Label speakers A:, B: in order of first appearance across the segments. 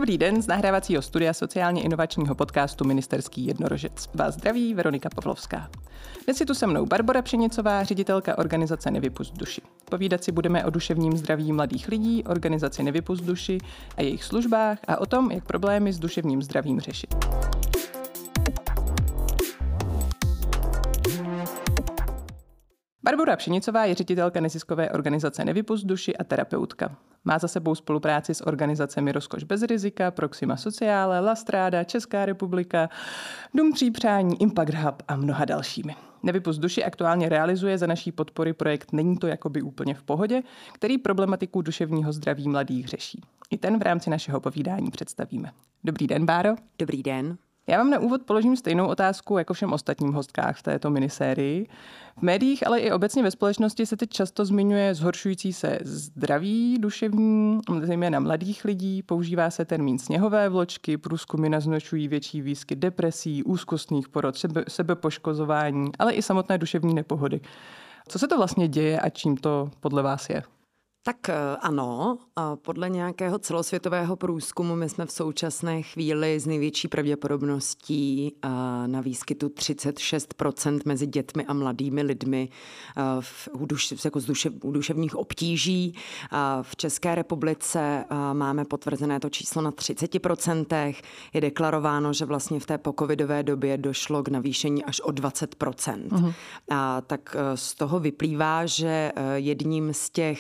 A: Dobrý den z nahrávacího studia sociálně inovačního podcastu Ministerský jednorožec. Vás zdraví Veronika Pavlovská. Dnes je tu se mnou Barbora Pšenicová, ředitelka organizace Nevypusť duši. Povídat si budeme o duševním zdraví mladých lidí, organizaci Nevypusť duši a jejich službách a o tom, jak problémy s duševním zdravím řešit. Barbora Pšenicová je ředitelka neziskové organizace Nevypusť duši a terapeutka. Má za sebou spolupráci s organizacemi Rozkoš bez rizika, Proxima Sociale, La Strada, Česká republika, Dům přípřání, Impact Hub a mnoha dalšími. Nevypusť duši aktuálně realizuje za naší podpory projekt Není to jakoby úplně v pohodě, který problematiku duševního zdraví mladých řeší. I ten v rámci našeho povídání představíme. Dobrý den, Báro.
B: Dobrý den.
A: Já vám na úvod položím stejnou otázku jako všem ostatním hostkách v této minisérii. V médiích, ale i obecně ve společnosti se teď často zmiňuje zhoršující se zdraví duševní, zejména mladých lidí. Používá se termín sněhové vločky, průzkumy naznačují větší výskyt depresí, úzkostných porod, sebepoškozování, ale i samotné duševní nepohody. Co se to vlastně děje a čím to podle vás je?
B: Tak ano, podle nějakého celosvětového průzkumu my jsme v současné chvíli s největší pravděpodobností na výskytu 36% mezi dětmi a mladými lidmi u duševních obtíží. V České republice máme potvrzené to číslo na 30%. Je deklarováno, že vlastně v té pocovidové době došlo k navýšení až o 20%.
A: Mhm.
B: Tak z toho vyplývá, že jednou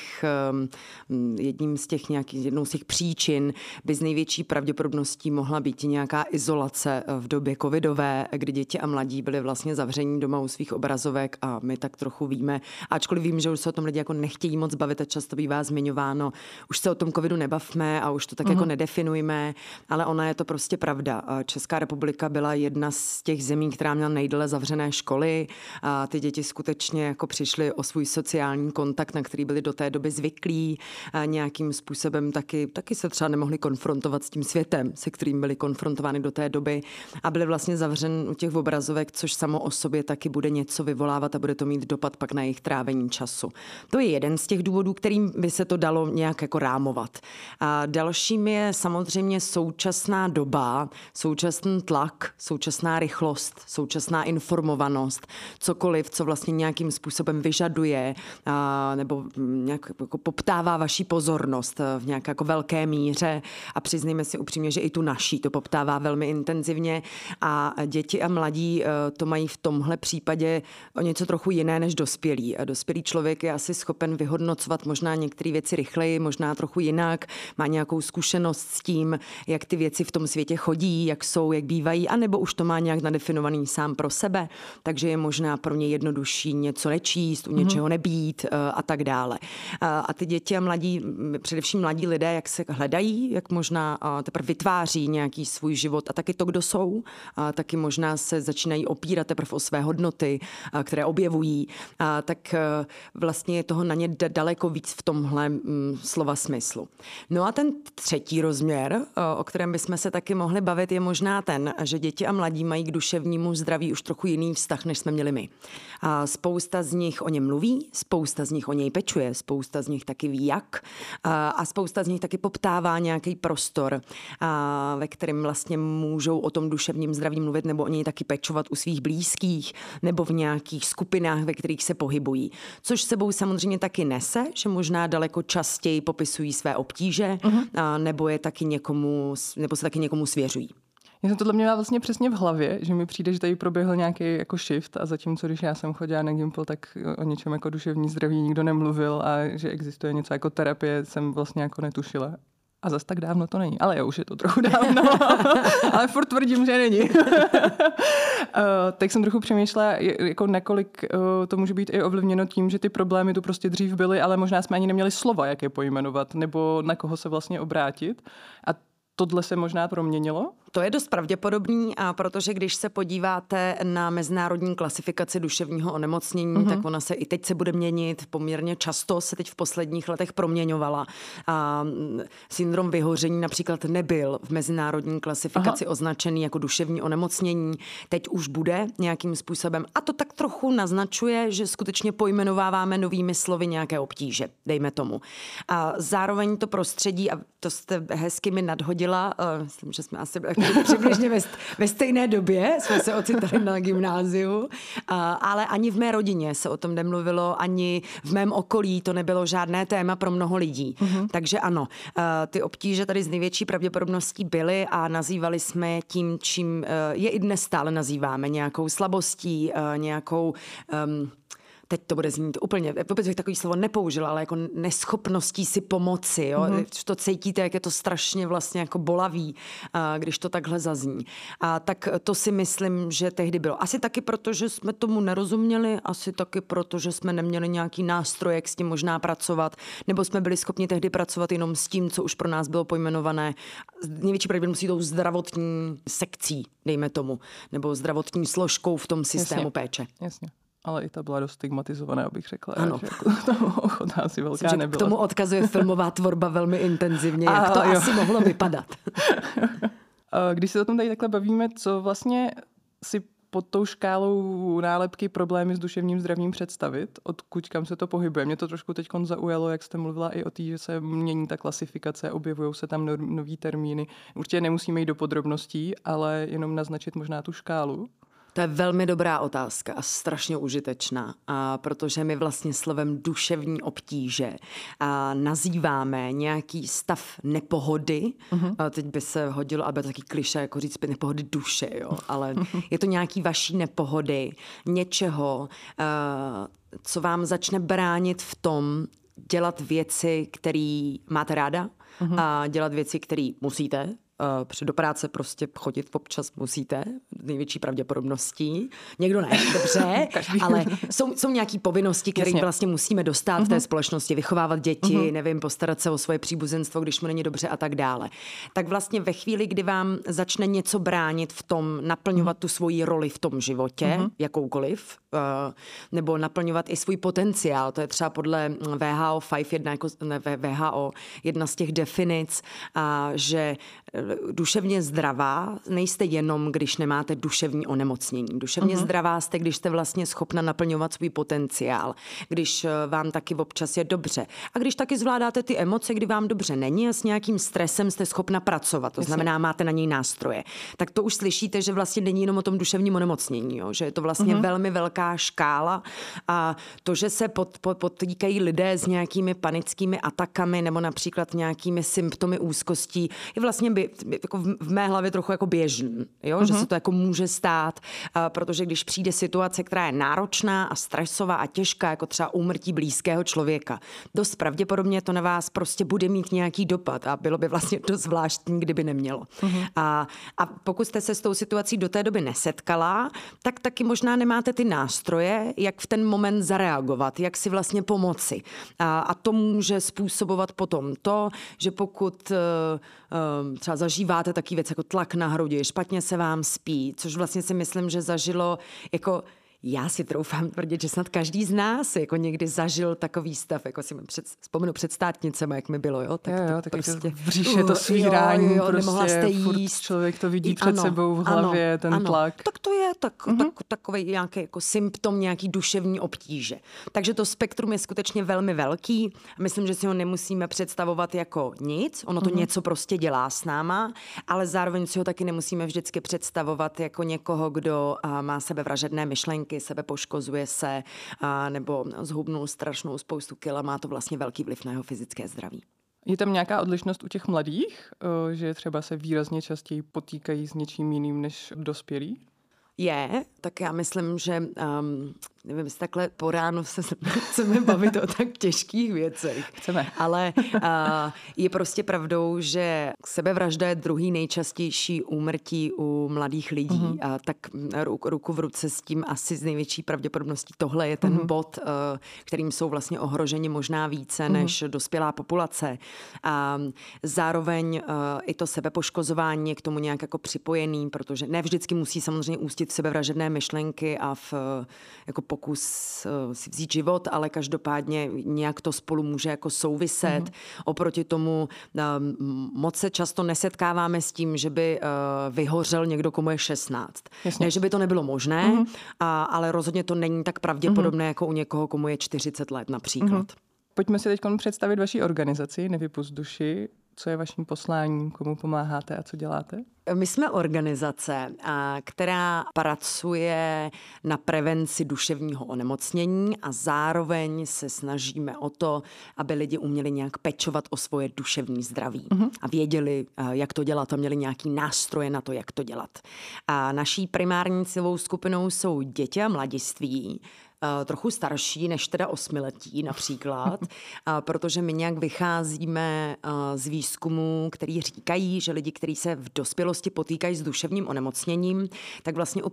B: z těch příčin by z největší pravděpodobností mohla být nějaká izolace v době covidové, kdy děti a mladí byli vlastně zavření doma u svých obrazovek a my tak trochu víme, ačkoliv vím, že už se o tom lidi jako nechtějí moc bavit a často bývá zmiňováno, už se o tom covidu nebavme a už to tak jako nedefinujme, ale ona je to prostě pravda. Česká republika byla jedna z těch zemí, která měla nejdéle zavřené školy a ty děti skutečně jako přišly o svůj sociální kontakt, na který byli do té doby zvyklí. Nějakým způsobem taky se třeba nemohli konfrontovat s tím světem, se kterým byli konfrontovány do té doby a byli vlastně zavřeni u těch obrazovek, což samo o sobě taky bude něco vyvolávat a bude to mít dopad pak na jejich trávení času. To je jeden z těch důvodů, kterým by se to dalo nějak jako rámovat. A dalším je samozřejmě současná doba, současný tlak, současná rychlost, současná informovanost, cokoliv, co vlastně nějakým způsobem vyžaduje nebo nějak jako poptává vaši pozornost v nějaké jako velké míře a přiznejme si upřímně, že i tu naší to poptává velmi intenzivně a děti a mladí to mají v tomhle případě o něco trochu jiné než dospělí. A dospělý člověk je asi schopen vyhodnocovat možná některé věci rychleji, možná trochu jinak, má nějakou zkušenost s tím, jak ty věci v tom světě chodí, jak jsou, jak bývají, anebo už to má nějak nadefinovaný sám pro sebe, takže je možná pro ně jednodušší něco nečíst, u něčeho nebýt a tak dále. A ty děti a mladí, především mladí lidé, jak se hledají, jak možná teprve vytváří nějaký svůj život a taky to, kdo jsou, taky možná se začínají opírat teprve o své hodnoty, které objevují, tak vlastně je toho na ně daleko víc v tomhle slova smyslu. No a ten třetí rozměr, o kterém bychom se taky mohli bavit, je možná ten, že děti a mladí mají k duševnímu zdraví už trochu jiný vztah, než jsme měli my. Spousta z nich o něm mluví, spousta z nich o něj pečuje, spousta z nich taky ví jak a spousta z nich taky poptává nějaký prostor, ve kterém vlastně můžou o tom duševním zdraví mluvit nebo o něj taky pečovat u svých blízkých nebo v nějakých skupinách, ve kterých se pohybují. Což sebou samozřejmě taky nese, že možná daleko častěji popisují své obtíže nebo se taky někomu svěřují.
A: Já jsem tohle měla vlastně přesně v hlavě, že mi přijde, že tady proběhl nějaký jako shift a zatímco, když já jsem chodila na Gimpl, tak o něčem jako duševní zdraví nikdo nemluvil a že existuje něco jako terapie, jsem vlastně jako netušila. A zas tak dávno to není. Ale už je to trochu dávno. Ale furt tvrdím, že není. Tak jsem trochu přemýšlela, jako nakolik to může být i ovlivněno tím, že ty problémy tu prostě dřív byly, ale možná jsme ani neměli slova, jak je pojmenovat, nebo na koho se vlastně obrátit. A tohle se možná proměnilo?
B: To je dost pravděpodobný, a protože když se podíváte na mezinárodní klasifikaci duševního onemocnění, tak ona se i teď se bude měnit, poměrně často se teď v posledních letech proměňovala. A syndrom vyhoření například nebyl v mezinárodní klasifikaci označený jako duševní onemocnění, teď už bude nějakým způsobem. A to tak trochu naznačuje, že skutečně pojmenováváme novými slovy nějaké obtíže, dejme tomu. A zároveň to prostředí, a to jste hezky mi nadhodila, myslím, že jsme asi přibližně ve stejné době, jsme se ocitali na gymnáziu, ale ani v mé rodině se o tom nemluvilo, ani v mém okolí to nebylo žádné téma pro mnoho lidí. Takže ano, ty obtíže tady z největší pravděpodobností byly a nazývali jsme tím, čím je i dnes stále nazýváme, nějakou slabostí, nějakou... teď to bude znít úplně, vůbec bych takový slovo nepoužila, ale jako neschopností si pomoci, jo? To cítíte, jak je to strašně vlastně jako bolavý, když to takhle zazní. Tak to si myslím, že tehdy bylo. Asi taky proto, že jsme tomu nerozuměli, asi taky proto, že jsme neměli nějaký nástroj, jak s tím možná pracovat, nebo jsme byli schopni tehdy pracovat jenom s tím, co už pro nás bylo pojmenované největší pravděpodobností tou zdravotní sekcí, dejme tomu, nebo zdravotní složkou v tom systému péče.
A: Jasně. Ale i ta byla dost stigmatizovaná, abych řekla.
B: Ano.
A: Že jako tomu ochota asi velká
B: myslím,
A: nebyla.
B: K tomu odkazuje filmová tvorba velmi intenzivně, jak to asi mohlo vypadat.
A: Když se o tom tady takhle bavíme, co vlastně si pod tou škálou nálepky problémy s duševním zdravím představit, odkud kam se to pohybuje. Mě to trošku teď zaujalo, jak jste mluvila i o té, že se mění ta klasifikace, objevují se tam nový termíny. Určitě nemusíme jít do podrobností, ale jenom naznačit možná tu škálu.
B: To je velmi dobrá otázka a strašně užitečná, protože my vlastně slovem duševní obtíže nazýváme nějaký stav nepohody. Teď by se hodilo, aby taky klišé, jako říct nepohody duše, jo? Ale je to nějaký vaší nepohody, něčeho, co vám začne bránit v tom dělat věci, které máte ráda, a dělat věci, které musíte. Do práce prostě chodit občas musíte, největší pravděpodobností. Někdo ne, dobře, ale jsou nějaké povinnosti, které vlastně musíme dostat v té společnosti, vychovávat děti, nevím, postarat se o svoje příbuzenstvo, když mu není dobře a tak dále. Tak vlastně ve chvíli, kdy vám začne něco bránit v tom, naplňovat tu svoji roli v tom životě, jakoukoliv, nebo naplňovat i svůj potenciál, to je třeba podle WHO jedna z těch definic, že duševně zdravá nejste jenom, když nemáte duševní onemocnění. Duševně zdravá jste, když jste vlastně schopna naplňovat svůj potenciál, když vám taky občas je dobře. A když taky zvládáte ty emoce, kdy vám dobře není a s nějakým stresem jste schopna pracovat, to znamená, máte na něj nástroje. Tak to už slyšíte, že vlastně není jenom o tom duševním onemocnění, jo? Že je to vlastně velmi velká škála a to, že se potýkají lidé s nějakými panickými atakami nebo například nějakými symptomy úzkostí, je vlastně jako v mé hlavě trochu jako běžný, jo? Že se to jako může stát, protože když přijde situace, která je náročná a stresová a těžká, jako třeba úmrtí blízkého člověka, dost pravděpodobně to na vás prostě bude mít nějaký dopad a bylo by vlastně dost zvláštní, kdyby nemělo. A pokud jste se s tou situací do té doby nesetkala, tak taky možná nemáte ty nástroje, jak v ten moment zareagovat, jak si vlastně pomoci. A to může způsobovat potom to, že pokud třeba zažíváte taky věc jako tlak na hrudi, špatně se vám spí, což vlastně si myslím, že zažilo jako já si troufám tvrdit, že snad každý z nás jako někdy zažil takový stav, jako si vzpomenu před státnicema, jak mi bylo, jo? Tak
A: jo,
B: to
A: tak
B: prostě
A: v břiše to svírání, prostě
B: nemohla jste jíst.
A: Člověk to vidí před sebou v hlavě, ten tlak.
B: Tak to je takový nějaký jako symptom nějaký duševní obtíže. Takže to spektrum je skutečně velmi velký. Myslím, že si ho nemusíme představovat jako nic, ono to něco prostě dělá s náma, ale zároveň si ho taky nemusíme vždycky představovat jako někoho, kdo má sebevražedné myšlenky, sebe poškozuje se nebo zhubnul strašnou spoustu kil a má to vlastně velký vliv na jeho fyzické zdraví.
A: Je tam nějaká odlišnost u těch mladých, že třeba se výrazně častěji potýkají s něčím jiným než dospělí?
B: Tak já myslím, že nevím, jestli takhle po ránu se chceme bavit o tak těžkých věcech.
A: Chceme.
B: Ale je prostě pravdou, že sebevražda je druhý nejčastější úmrtí u mladých lidí. A tak ruku v ruce s tím asi z největší pravděpodobností tohle je ten bod, kterým jsou vlastně ohroženi možná více než dospělá populace. A zároveň i to sebepoškozování je k tomu nějak jako připojený, protože ne vždycky musí samozřejmě ústit v sebevražedné myšlenky a v jako pokus si vzít život, ale každopádně nějak to spolu může jako souviset. Oproti tomu moc se často nesetkáváme s tím, že by vyhořel někdo, komu je 16. Jasně. Ne, že by to nebylo možné, ale rozhodně to není tak pravděpodobné jako u někoho, komu je 40 let například.
A: Pojďme si teď představit vaši organizaci Nevypusť duši. Co je vaším posláním, komu pomáháte a co děláte?
B: My jsme organizace, která pracuje na prevenci duševního onemocnění a zároveň se snažíme o to, aby lidi uměli nějak pečovat o svoje duševní zdraví a věděli, jak to dělat a měli nějaký nástroje na to, jak to dělat. A naší primární cílovou skupinou jsou děti a mladiství, trochu starší než teda 8letí například, protože my nějak vycházíme z výzkumů, který říkají, že lidi, kteří se v dospělosti potýkají s duševním onemocněním, tak vlastně u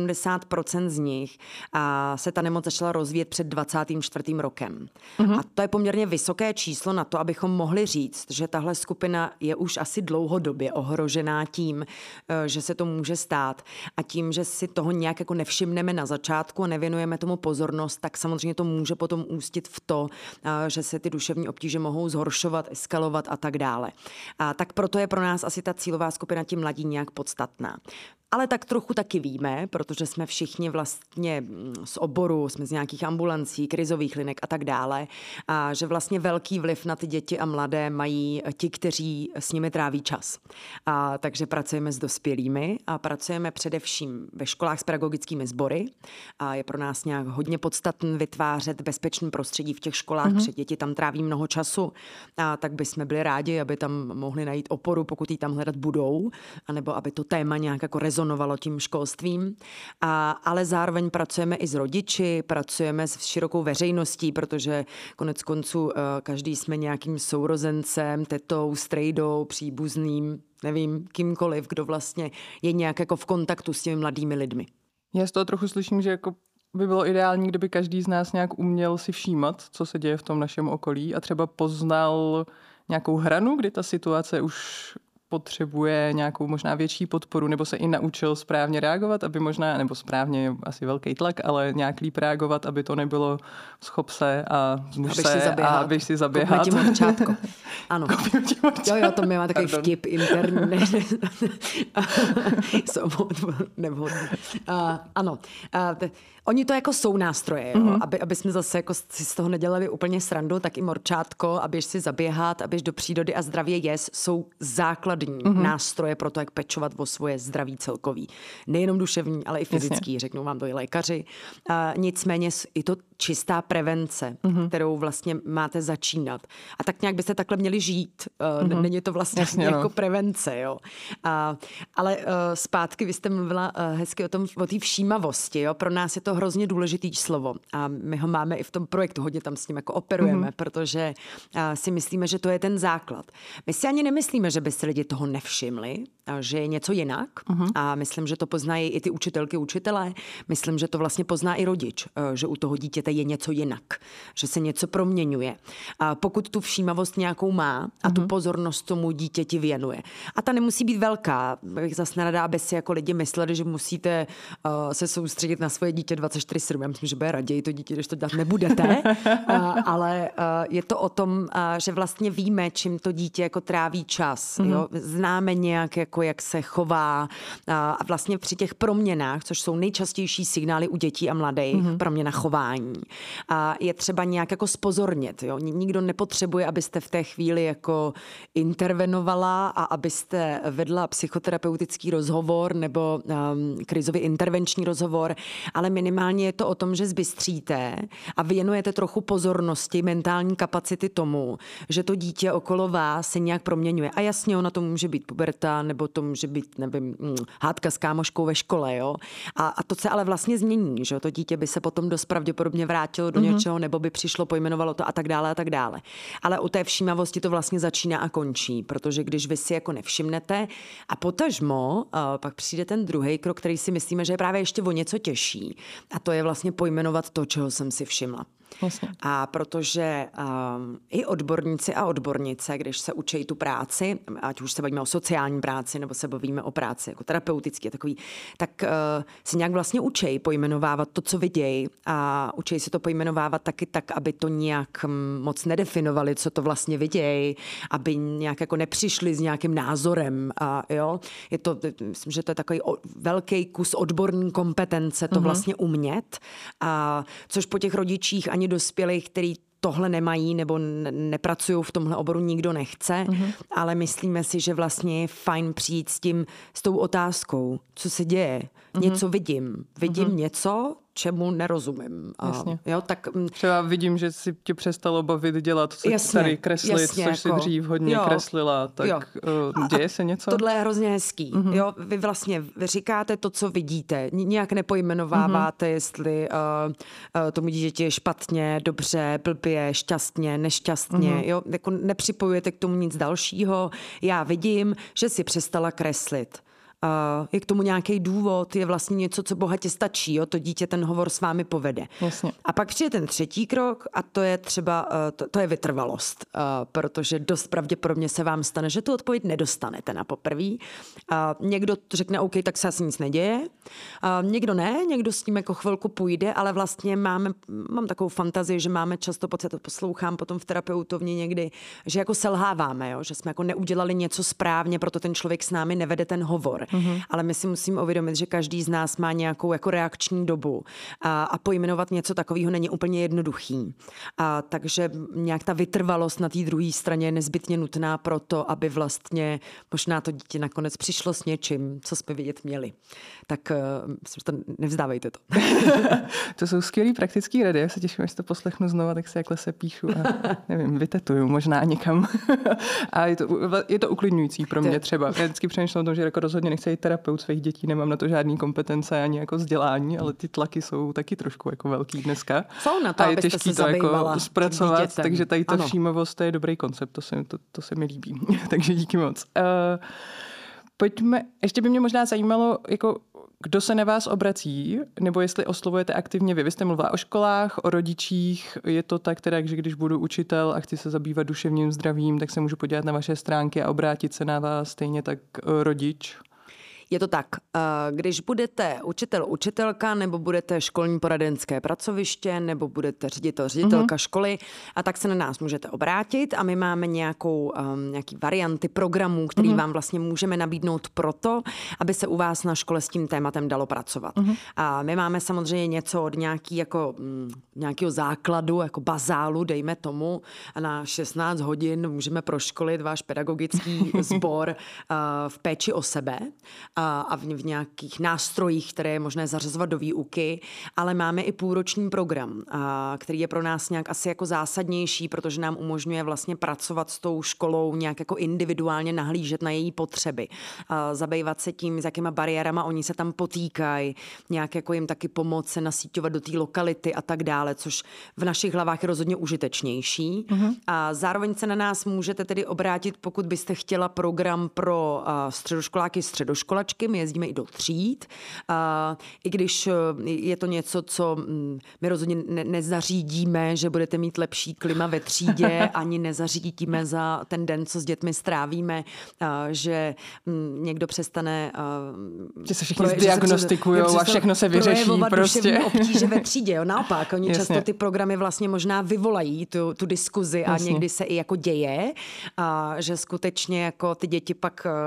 B: 75% z nich se ta nemoc začala rozvíjet před 24. rokem. A to je poměrně vysoké číslo na to, abychom mohli říct, že tahle skupina je už asi dlouhodobě ohrožená tím, že se to může stát a tím, že si toho nějak jako nevšimneme na začátku a nevěnujeme tomu pozornost, tak samozřejmě to může potom ústit v to, že se ty duševní obtíže mohou zhoršovat, eskalovat a tak dále. Tak proto je pro nás asi ta cílová skupina ti mladí nějak podstatná. Ale tak trochu taky víme, protože jsme všichni vlastně z oboru, jsme z nějakých ambulancí, krizových linek a tak dále, a že vlastně velký vliv na ty děti a mladé mají ti, kteří s nimi tráví čas. Takže pracujeme s dospělými a pracujeme především ve školách s pedagogickými sbory. Je pro nás nějak hodně podstatné vytvářet bezpečné prostředí v těch školách, protože děti tam tráví mnoho času, tak bychom byli rádi, aby tam mohli najít oporu, pokud ji tam hledat budou, anebo aby to téma nějak jako rezonovalo tím školstvím. Ale zároveň pracujeme i s rodiči, pracujeme s širokou veřejností, protože konec konců každý jsme nějakým sourozencem, tetou, strejdou, příbuzným, nevím, kýmkoliv, kdo vlastně je nějak jako v kontaktu s těmi mladými lidmi.
A: Já z toho trochu slyším, že jako by bylo ideální, kdyby každý z nás nějak uměl si všímat, co se děje v tom našem okolí a třeba poznal nějakou hranu, kdy ta situace už potřebuje nějakou možná větší podporu, nebo se i naučil správně reagovat, aby možná, nebo správně asi velký tlak, ale nějak líp reagovat, aby to nebylo schop se a zmuž se a abych si zaběhat.
B: Kopni ti morčátko. Ano. Jo, to má takový vtip interní. Nevhodný. Ano. Oni to jako jsou nástroje, jo? Aby jsme zase jako si z toho nedělali úplně srandu, tak i morčátko, a běž si zaběhat, a běž do přírody a zdravě jíst, jsou základní nástroje pro to, jak pečovat o svoje zdraví celkový. Nejenom duševní, ale i fyzický, řeknou vám to i lékaři. Nicméně i to čistá prevence, kterou vlastně máte začínat. A tak nějak byste takhle měli žít. Není to vlastně jako prevence, jo. Ale zpátky, vy jste mluvila hezky o té všímavosti, jo. Pro nás je to hrozně důležitý slovo a my ho máme i v tom projektu, hodně tam s ním jako operujeme, protože si myslíme, že to je ten základ. My si ani nemyslíme, že by si lidi toho nevšimli, že je něco jinak a myslím, že to poznají i ty učitelky, učitelé. Myslím, že to vlastně pozná i rodič, že u toho dítěte je něco jinak, že se něco proměňuje. A pokud tu všímavost nějakou má a tu pozornost tomu dítěti věnuje. A ta nemusí být velká. Bych zase nerada, aby si jako lidi mysleli, že musíte se soustředit na svoje dítě 24/7. Já myslím, že bude raději to dítě, když to dělat nebudete. Ale je to o tom, že vlastně víme, čím to dítě jako tráví čas. Jo? Známe nějak, jako jak se chová a vlastně při těch proměnách, což jsou nejčastější signály u dětí a mladých, proměna chování, řešení. A je třeba nějak jako zpozornit. Jo? Nikdo nepotřebuje, abyste v té chvíli jako intervenovala a abyste vedla psychoterapeutický rozhovor nebo krizový intervenční rozhovor, ale minimálně je to o tom, že zbystříte a věnujete trochu pozornosti, mentální kapacity tomu, že to dítě okolo vás se nějak proměňuje. A jasně, ona to může být puberta, nebo to může být, nevím, hádka s kámoškou ve škole, jo. A to se ale vlastně změní, že to dítě by se potom dost pravděpodobně vrátilo do něčeho, nebo by přišlo, pojmenovalo to a tak dále a tak dále. Ale u té všímavosti to vlastně začíná a končí, protože když vy si jako nevšimnete a potažmo pak přijde ten druhý krok, který si myslíme, že je právě ještě o něco těžší. A to je vlastně pojmenovat to, čeho jsem si všimla.
A: Jasně.
B: A protože i odborníci a odbornice, když se učí tu práci, ať už se bavíme o sociální práci, nebo se bavíme o práci jako terapeutický a takový, tak se nějak vlastně učí pojmenovávat to, co vidějí a učí se to pojmenovávat taky tak, aby to nějak moc nedefinovali, co to vlastně vidějí, aby nějak jako nepřišli s nějakým názorem. A jo, je to, myslím, že to je takový velký kus odborní kompetence to vlastně umět, a což po těch rodičích ani dospělých, který tohle nemají nebo nepracují v tomhle oboru, nikdo nechce, ale myslíme si, že vlastně je fajn přijít s tou otázkou, co se děje. Něco vidím. Vidím něco, čemu nerozumím. Jo, tak,
A: třeba vidím, že si tě přestalo bavit dělat tady kreslit, což si dřív hodně kreslila. Tak děje se něco?
B: Tohle je hrozně hezký. Jo, vy vlastně říkáte to, co vidíte. Nijak nepojmenováváte, jestli tomu dítěti je špatně, dobře, blbě, šťastně, nešťastně. Jo, jako nepřipojujete k tomu nic dalšího. Já vidím, že si přestala kreslit. Je k tomu nějaký důvod, je vlastně něco, co bohatě stačí, jo? To dítě ten hovor s vámi povede.
A: Jasně.
B: A pak přijde ten třetí krok a to je třeba, to je vytrvalost, protože dost pravděpodobně se vám stane, že tu odpověď nedostanete na poprví. Někdo řekne, OK, tak se asi nic neděje. Někdo ne, někdo s tím jako chvilku půjde, ale vlastně mám takovou fantazii, že máme často pocit, to poslouchám potom v terapeutovně někdy, že jako selháváme, jo? Že jsme jako neudělali něco správně, proto ten člověk s námi nevede ten hovor. Ale my si musíme uvědomit, že každý z nás má nějakou jako reakční dobu a pojmenovat něco takového není úplně jednoduchý. Takže nějak ta vytrvalost na té druhé straně je nezbytně nutná pro to, aby vlastně možná to dítě nakonec přišlo s něčím, co jsme vidět měli. Tak nevzdávejte to.
A: To jsou skvělý praktický rady. Já se těším, až to poslechnu znova, tak se jakhle se píšu a nevím, vytetuju možná někam. A je to uklidňující pro mě třeba. Já vždycky přemýšlím o tom, že jako rozhodně nechci jít terapeut svých dětí, nemám na to žádný kompetence ani jako vzdělání, ale ty tlaky jsou taky trošku jako velký dneska.
B: Jsou na to,
A: a je těžký to jako zpracovat, takže tady ta všímavost, to je dobrý koncept, to se mi líbí. Takže díky moc. Pojďme, ještě by mě možná zajímalo, jako kdo se na vás obrací, nebo jestli oslovujete aktivně vy. Vy jste mluvila o školách, o rodičích. Je to tak teda, že když budu učitel a chci se zabývat duševním zdravím, tak se můžu podívat na vaše stránky a obrátit se na vás stejně tak rodič?
B: Je to tak, když budete učitel, učitelka, nebo budete školní poradenské pracoviště, nebo budete ředitelka školy, a tak se na nás můžete obrátit a my máme nějaký varianty programů, který vám vlastně můžeme nabídnout proto, aby se u vás na škole s tím tématem dalo pracovat. A my máme samozřejmě něco od nějakého základu, jako bazálu, dejme tomu, a na 16 hodin můžeme proškolit váš pedagogický sbor v péči o sebe a v nějakých nástrojích, které je možné zařazovat do výuky, ale máme i půlroční program, který je pro nás nějak asi jako zásadnější, protože nám umožňuje vlastně pracovat s tou školou, nějak jako individuálně nahlížet na její potřeby, zabývat se tím, s jakýma bariérama oni se tam potýkají, nějak jako jim taky pomoci nasíťovat do té lokality a tak dále, což v našich hlavách je rozhodně užitečnější. A zároveň se na nás můžete tedy obrátit, pokud byste chtěla program pro středoškoláky, středoškolačky. My jezdíme i do tříd, i když je to něco, co my rozhodně nezařídíme, že budete mít lepší klima ve třídě, ani nezařídíme za ten den, co s dětmi strávíme, že někdo přestane...
A: Že se všichni zdiagnostikujou a všechno se vyřeší prostě.
B: Obtíže ve třídě, jo. Naopak, oni často ty programy vlastně možná vyvolají tu diskuzi a někdy se i jako děje, že skutečně jako ty děti pak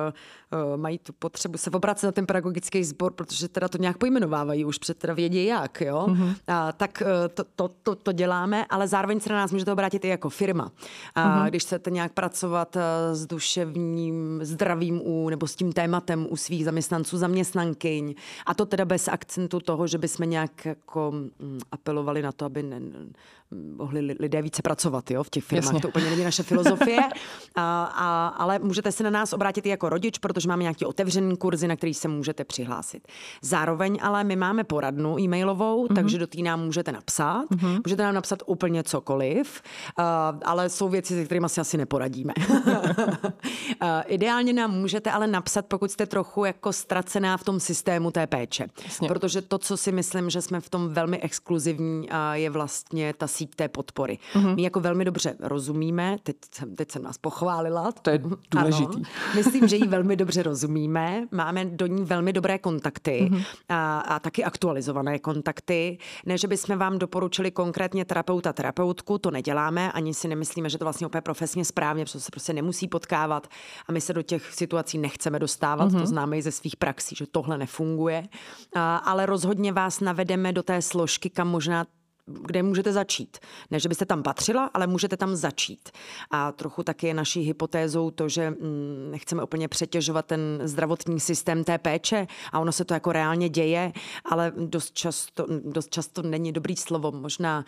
B: mají tu potřebu se obrátit na ten pedagogický sbor, protože teda to nějak pojmenovávají, už před teda vědí jak, jo. Tak to děláme, ale zároveň se na nás můžete obrátit i jako firma. Když chcete nějak pracovat s duševním zdravím nebo s tím tématem u svých zaměstnanců, zaměstnankyň. A to teda bez akcentu toho, že bychom nějak jako apelovali na to, aby mohli lidé více pracovat, jo, v těch firmách. Jasně. To úplně není naše filozofie. Ale můžete se na nás obrátit i jako rodič, protože máme nějaký otevřený kurzy, na který se můžete přihlásit. Zároveň ale my máme poradnu e-mailovou, takže do té nám můžete napsat. Můžete nám napsat úplně cokoliv, ale jsou věci, se kterými asi neporadíme. Ideálně nám můžete ale napsat, pokud jste trochu jako ztracená v tom systému té péče. Jasně. Protože to, co si myslím, že jsme v tom velmi exkluzivní, je vlastně ta síť té podpory. My jako velmi dobře rozumíme, teď jsem nás pochválila.
A: To je důležitý.
B: Ano, myslím, že ji velmi dobře rozumíme. Máme do ní velmi dobré kontakty a taky aktualizované kontakty. Ne, že bychom vám doporučili konkrétně terapeuta, terapeutku, to neděláme, ani si nemyslíme, že to vlastně úplně profesně správně, protože se prostě nemusí potkávat a my se do těch situací nechceme dostávat, to známe i ze svých praxí, že tohle nefunguje, ale rozhodně vás navedeme do té složky, kam možná kde můžete začít. Ne, že byste tam patřila, ale můžete tam začít. A trochu taky je naší hypotézou to, že nechceme úplně přetěžovat ten zdravotní systém té péče a ono se to jako reálně děje, ale dost často není dobrý slovo. Možná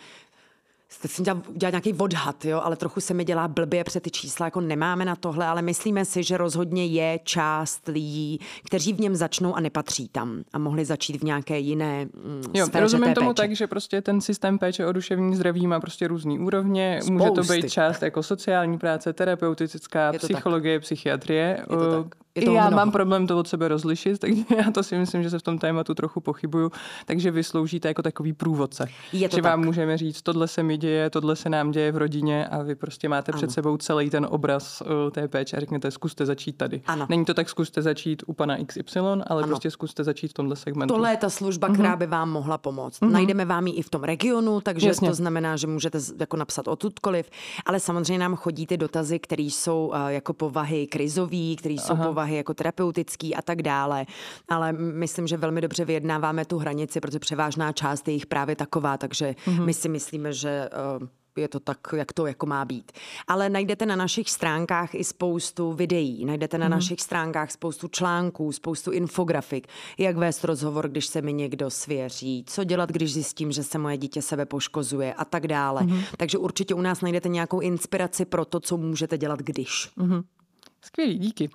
B: si dělat nějaký odhad, jo, ale trochu se mi dělá blbě, protože ty čísla jako nemáme na tohle, ale myslíme si, že rozhodně je část lidí, kteří v něm začnou a nepatří tam a mohli začít v nějaké jiné sféře
A: rozumím
B: té
A: tomu
B: péče.
A: Tak, že prostě ten systém péče o duševní zdraví má prostě různý úrovně. Může to být část jako sociální práce, terapeutická, psychologie, psychiatrie. Já mám problém to od sebe rozlišit, takže já to si myslím, že se v tom tématu trochu pochybuju, takže vy sloužíte jako takový průvodce. Že vám můžeme říct, tohle se mi děje, tohle se nám děje v rodině a vy prostě máte před sebou celý ten obraz té péče a řeknete, zkuste začít tady.
B: Ano.
A: Není to tak, zkuste začít u pana XY, ale prostě zkuste začít v tomhle segmentu.
B: Tohle je ta služba, která by vám mohla pomoct. Najdeme vám ji i v tom regionu, takže to znamená, že můžete jako napsat odkudkoliv, ale samozřejmě nám chodí ty dotazy, které jsou jako povahy krizový, které jsou povahy jako terapeutický a tak dále. Ale myslím, že velmi dobře vyjednáváme tu hranici, protože převážná část je jich právě taková, takže my si myslíme, že je to tak, jak to jako má být. Ale najdete na našich stránkách i spoustu videí, najdete na našich stránkách spoustu článků, spoustu infografik, jak vést rozhovor, když se mi někdo svěří, co dělat, když zjistím, že se moje dítě sebe poškozuje a tak dále. Takže určitě u nás najdete nějakou inspiraci pro to, co můžete dělat, když.
A: Skvělý, díky.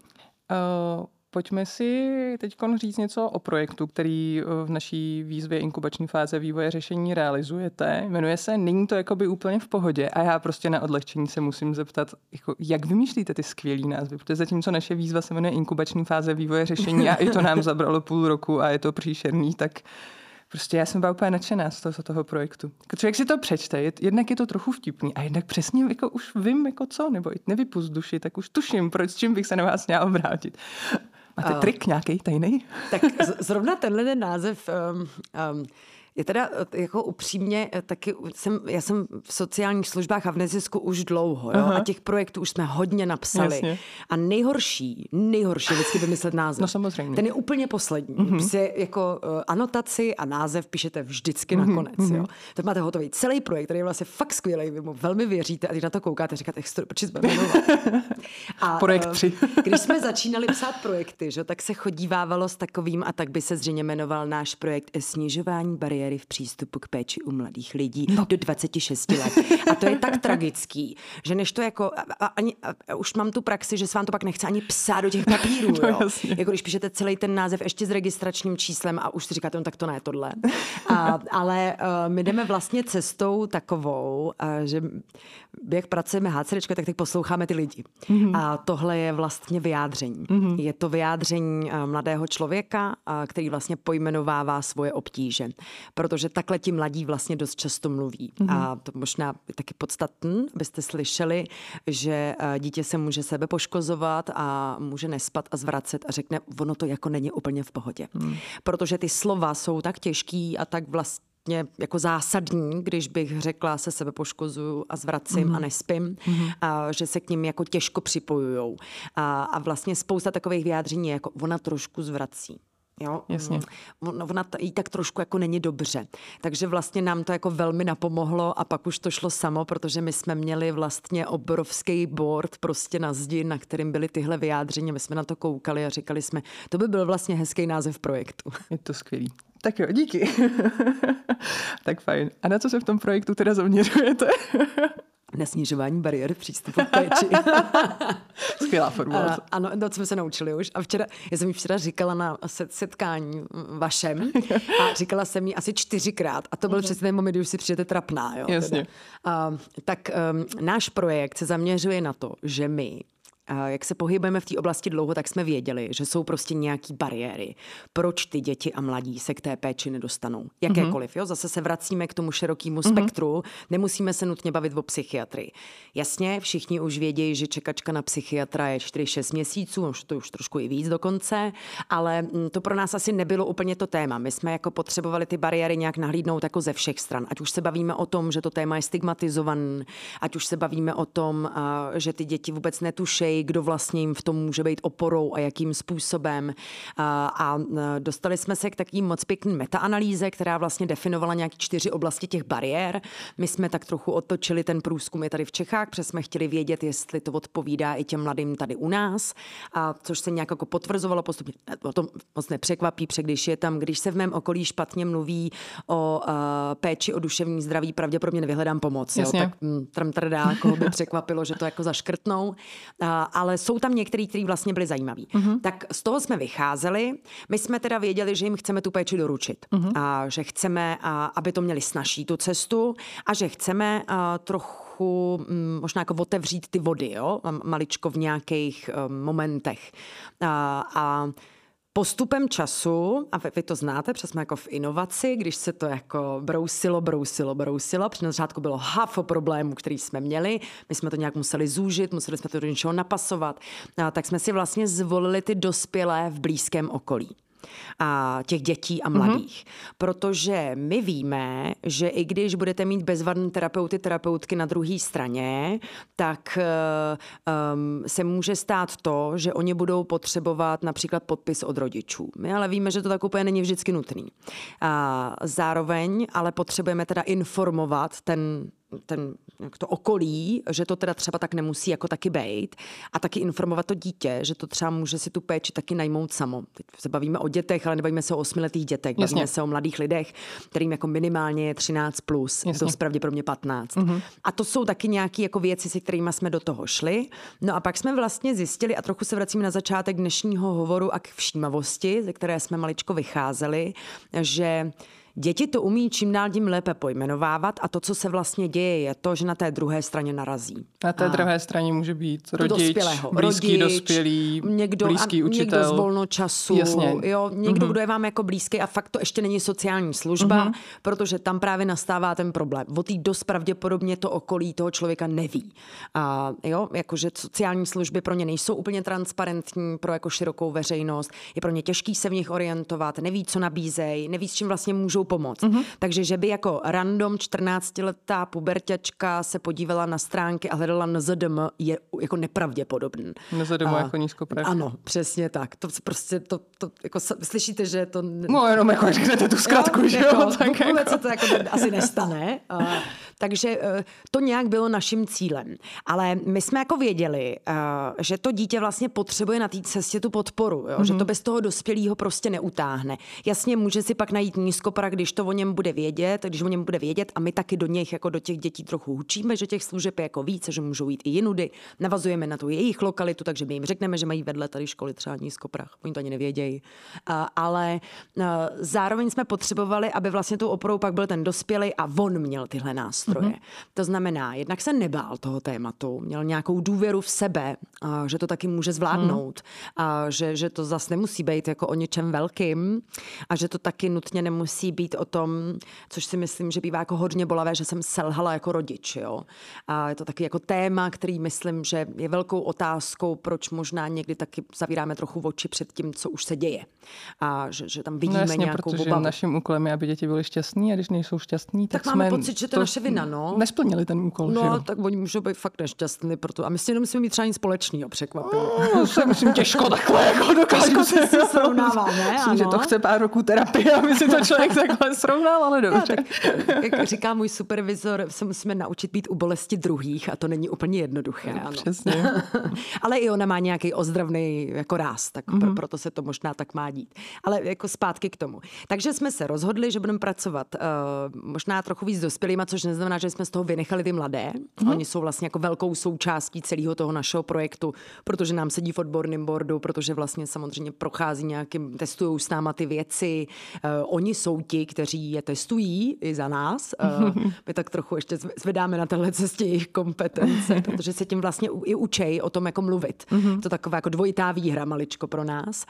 A: Pojďme si teď říct něco o projektu, který v naší výzvě inkubační fáze vývoje řešení realizujete. Jmenuje se Není to jakoby úplně v pohodě a já prostě na odlehčení se musím zeptat, jako, jak vymýšlíte ty skvělý názvy, protože zatímco naše výzva se jmenuje inkubační fáze vývoje řešení a i to nám zabralo půl roku a je to příšerný, tak prostě já jsem byla úplně nadšená z toho projektu. Člověk si to přečte, jednak je to trochu vtipný a jednak přesně jako už vím, jako co, nebo nevypust duši, tak už tuším, proč, s čím bych se na vás měla obrátit. Máte trik nějaký tajný?
B: Tak zrovna tenhle název je teda jako upřímně taky, já jsem v sociálních službách a v nezisku už dlouho, jo? A těch projektů už jsme hodně napsali. Jasně. A nejhorší vždycky vymyslet název.
A: No samozřejmě.
B: Ten je úplně poslední. Prostě jako anotaci a název píšete vždycky nakonec. Jo? Tak máte hotový celý projekt, který je vlastně fakt skvělý, vy mu velmi věříte a když na to koukáte, říkáte, proč jsme jmenovat.
A: Projekt 3.
B: Když jsme začínali psát projekty, že, tak se chodívávalo s takovým a tak by se zřejmě jmenoval náš projekt Snižování bariéry v přístupu k péči u mladých lidí do 26 let. A to je tak tragický, že než to jako už mám tu praxi, že se vám to pak nechce ani psát do těch papírů. Jo? Jako když píšete celý ten název ještě s registračním číslem a už si říkáte, no tak to ne, tohle. Ale my jdeme vlastně cestou takovou, že jak pracujeme HCDčko, tak teď posloucháme ty lidi. A tohle je vlastně vyjádření. Je to vyjádření mladého člověka, který vlastně pojmenovává svoje obtíže. Protože takhle ti mladí vlastně dost často mluví. A to možná je taky podstatné, abyste slyšeli, že dítě se může sebe poškozovat a může nespat a zvracet a řekne, ono to jako není úplně v pohodě. Protože ty slova jsou tak těžký a tak vlastně jako zásadní, když bych řekla, se sebe poškozuju a zvracím a nespím, a že se k ním jako těžko připojujou. A vlastně spousta takových vyjádření je jako ona trošku zvrací. Jo?
A: Jasně.
B: Ona jí tak trošku jako není dobře. Takže vlastně nám to jako velmi napomohlo a pak už to šlo samo, protože my jsme měli vlastně obrovský board prostě na zdi, na kterým byly tyhle vyjádření. My jsme na to koukali a říkali jsme, to by byl vlastně hezký název projektu.
A: Je to skvělý. Tak jo, díky. Tak fajn. A na co se v tom projektu teda zaměřujete?
B: Na snižování bariér v přístupu k péči.
A: Skvělá formulace.
B: Ano, to jsme se naučili už. A já jsem jí včera říkala na setkání vašem a říkala jsem jí asi 4krát. A to byl přesně ten moment, kdy už si přijete trapná. Jo,
A: jasně.
B: Tak náš projekt se zaměřuje na to, že my jak se pohybujeme v té oblasti dlouho, tak jsme věděli, že jsou prostě nějaký bariéry. Proč ty děti a mladí se k té péči nedostanou? Jakékoliv, jo? Zase se vracíme k tomu širokému spektru. Nemusíme se nutně bavit o psychiatrii. Jasně, všichni už vědí, že čekačka na psychiatra je 4-6 měsíců, to už trošku i víc dokonce, ale to pro nás asi nebylo úplně to téma. My jsme jako potřebovali ty bariéry nějak nahlídnout jako ze všech stran. Ať už se bavíme o tom, že to téma je stigmatizované, ať už se bavíme o tom, že ty děti vůbec netušejí, kdo vlastně jim v tom může být oporou a jakým způsobem. A dostali jsme se k takým moc pěkný metaanalýze, která vlastně definovala nějaké 4 oblasti těch bariér. My jsme tak trochu otočili ten průzkum je tady v Čechách, protože jsme chtěli vědět, jestli to odpovídá i těm mladým tady u nás, což se nějak jako potvrzovalo postupně. O tom moc nepřekvapí, když se v mém okolí špatně mluví o péči o duševní zdraví, pravděpodobně nevyhledám pomoc. Jo? Tak tramtrdá, koho by překvapilo, že to jako zaškrtnou. Ale jsou tam některý, kteří vlastně byli zajímaví. Tak z toho jsme vycházeli. My jsme teda věděli, že jim chceme tu péči doručit. A že chceme, aby to měli snazší tu cestu a že chceme trochu možná jako otevřít ty vody, jo? Maličko v nějakých momentech. A postupem času, a vy to znáte, protože jsme jako v inovaci, když se to jako brousilo, při na začátku bylo hafo problémů, který jsme měli, my jsme to nějak museli zúžit, museli jsme to do něčeho napasovat, tak jsme si vlastně zvolili ty dospělé v blízkém okolí. A těch dětí a mladých. Protože my víme, že i když budete mít bezvadné terapeutky na druhé straně, tak se může stát to, že oni budou potřebovat například podpis od rodičů. My ale víme, že to tak úplně není vždycky nutný. A zároveň ale potřebujeme teda informovat to okolí, že to teda třeba tak nemusí jako taky bejt a taky informovat to dítě, že to třeba může si tu péči taky najmout samo. Teď se bavíme o dětech, ale nebavíme se o 8letých dětech, bavíme se o mladých lidech, kterým jako minimálně je 13+, dost pravděpodobně 15. A to jsou taky nějaké jako věci, se kterými jsme do toho šli. No a pak jsme vlastně zjistili, a trochu se vracíme na začátek dnešního hovoru a k všímavosti, ze které jsme maličko vycházeli, že děti to umí čím dál tím lépe pojmenovávat a to, co se vlastně děje, je to, že na té druhé straně narazí.
A: Na té druhé straně může být rodič, blízký dospělý, blízký učitel.
B: Někdo z volnočasu, jo, někdo, kdo je vám jako blízký a fakt to ještě není sociální služba, protože tam právě nastává ten problém. O té dost pravděpodobně to okolí toho člověka neví. A jo, jakože sociální služby pro ně nejsou úplně transparentní, pro jako širokou veřejnost, je pro ně těžký se v nich orientovat, neví, co nabízejí, neví, s čím vlastně můžou pomoct. Takže, že by jako random 14letá puberťačka se podívala na stránky a hledala NZDM, je jako nepravděpodobný.
A: NZDM jako nízkoprav.
B: Ano, přesně tak. To prostě, to jako slyšíte, že to...
A: No jenom jako řeknete tu zkratku, že jo?
B: Tak vůbec se to jako asi nestane. Takže to nějak bylo naším cílem. Ale my jsme jako věděli, že to dítě vlastně potřebuje na té cestě tu podporu, jo? Že to bez toho dospělého prostě neutáhne. Jasně, může si pak najít nízkoprak, když to o něm bude vědět, a my taky do něch, jako do těch dětí trochu učíme, že těch služeb je jako více, že můžou jít i jinudy. Navazujeme na tu jejich lokalitu, takže my jim řekneme, že mají vedle tady školy třeba nízkoprach. Oni to ani nevědějí. Ale zároveň jsme potřebovali, aby vlastně tou oporou pak byl ten dospělý a on měl tyhle nástroje. To znamená, jednak se nebál toho tématu, měl nějakou důvěru v sebe, že to taky může zvládnout, že to zas nemusí být jako o něčem velkým a že to taky nutně nemusí být o tom, což si myslím, že bývá jako hodně bolavé, že jsem selhala jako rodič, jo. A je to taky jako téma, který myslím, že je velkou otázkou, proč možná někdy taky zavíráme trochu oči před tím, co už se děje. A že tam vidíme nějakou
A: protože
B: obavu.
A: naším úkolem je, aby děti byly šťastní a když nejsou šťastní, tak
B: máme pocit, že to je naše vina, no.
A: Nesplnili ten úkol.
B: No,
A: že?
B: tak oni můžou být fakt nešťastní, proto. A my si nemusíme mít třeba nic společného, překvapení.
A: Se myslím těžko takhle jako dokážu
B: se srovnáváme,
A: myslím, že to chce pár roků terapie, aby si to člověk takhle srovnal, ale dobře.
B: Jak říká můj supervizor, se musíme naučit být u bolesti druhých a to není úplně jednoduché. Ano.
A: Přesně.
B: Ale i ona má nějaký ozdravný jako ráz, tak proto se to možná tak má dít. Ale jako zpátky k tomu. Takže jsme se rozhodli, že budeme pracovat možná trochu víc dospělýma, což neznamená, že jsme z toho vynechali ty mladé. Oni jsou vlastně jako velkou součástí celého toho našeho projektu, protože nám sedí v odborném boardu, protože vlastně samozřejmě prochází nějakým, testují s náma ty věci. Oni jsou ti, kteří je testují i za nás. My tak trochu ještě zvedáme na téhle cestě jejich kompetence, protože se tím vlastně i učej o tom jako mluvit. To taková jako dvojitá výhra maličko pro nás.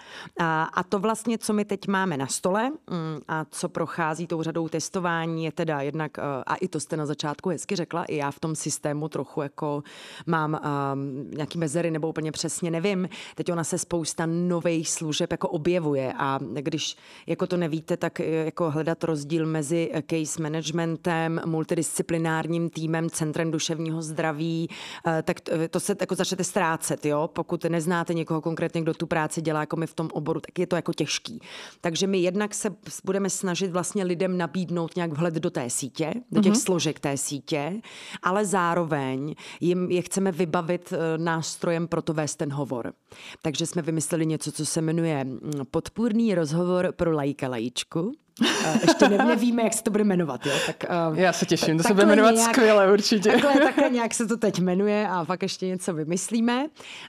B: A to vlastně, co my teď máme na stole a co prochází tou řadou testování, je teda jednak, a i to jste na začátku hezky řekla, i já v tom systému trochu jako mám nějaký mezery nebo úplně přesně nevím. Teď ona se spousta nových služeb jako objevuje a když jako to nevíte, tak jako hledat rozdíl mezi case managementem, multidisciplinárním týmem, centrem duševního zdraví, tak to se jako začnete ztrácet, jo? Pokud neznáte někoho konkrétně, kdo tu práci dělá jako my v tom oboru, tak je to jako těžký. Takže my jednak se budeme snažit vlastně lidem nabídnout nějak vhled do té sítě, do těch složek té sítě, ale zároveň jim je chceme vybavit nástrojem pro to vést ten hovor. Takže jsme vymysleli něco, co se jmenuje podpůrný rozhovor pro laika lajíčku. Ještě nevíme, jak se to bude jmenovat. Jo? Tak,
A: já se těším, to se bude jmenovat nějak, skvěle určitě.
B: Takhle nějak se to teď jmenuje a fakt ještě něco vymyslíme.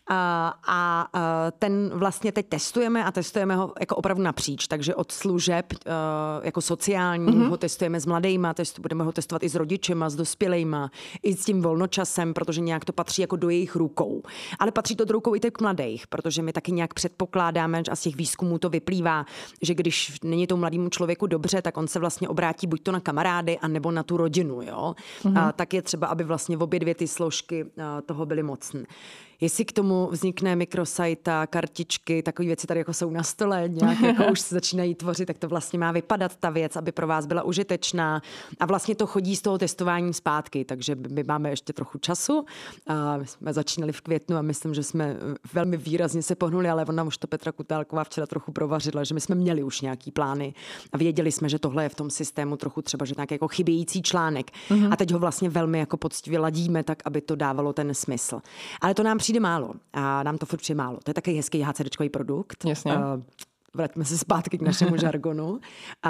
B: A ten vlastně teď testujeme a testujeme ho jako opravdu napříč. Takže od služeb jako sociální ho testujeme s mladejma, budeme ho testovat i s rodičema, s dospělejma, i s tím volnočasem, protože nějak to patří jako do jejich rukou. Ale patří to do rukou i těch mladých, protože my taky nějak předpokládáme a z těch výzkumů to vyplývá, že když není tomu mladému člověku dobře, tak on se vlastně obrátí buď to na kamarády, anebo na tu rodinu, jo. Tak je třeba, aby vlastně v obě dvě ty složky toho byly mocné. Jestli k tomu vznikne mikrosajta, kartičky, takové věci tady jako jsou na stole, nějak jako už se začínají tvořit, tak to vlastně má vypadat ta věc, aby pro vás byla užitečná. A vlastně to chodí z toho testování zpátky, takže my máme ještě trochu času. My jsme začínali v květnu a myslím, že jsme velmi výrazně se pohnuli, ale ona už to Petra Kutálková včera trochu provařila, že my jsme měli už nějaký plány a věděli jsme, že tohle je v tom systému trochu třeba, že nějaký jako chybějící článek. A teď ho vlastně velmi jako poctivě ladíme tak, aby to dávalo ten smysl. Ale to nám přijde málo a nám to furt přijde málo. To je takový hezký HCDčkový produkt.
A: Jasně.
B: Vraťme se zpátky k našemu žargonu,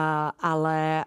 B: ale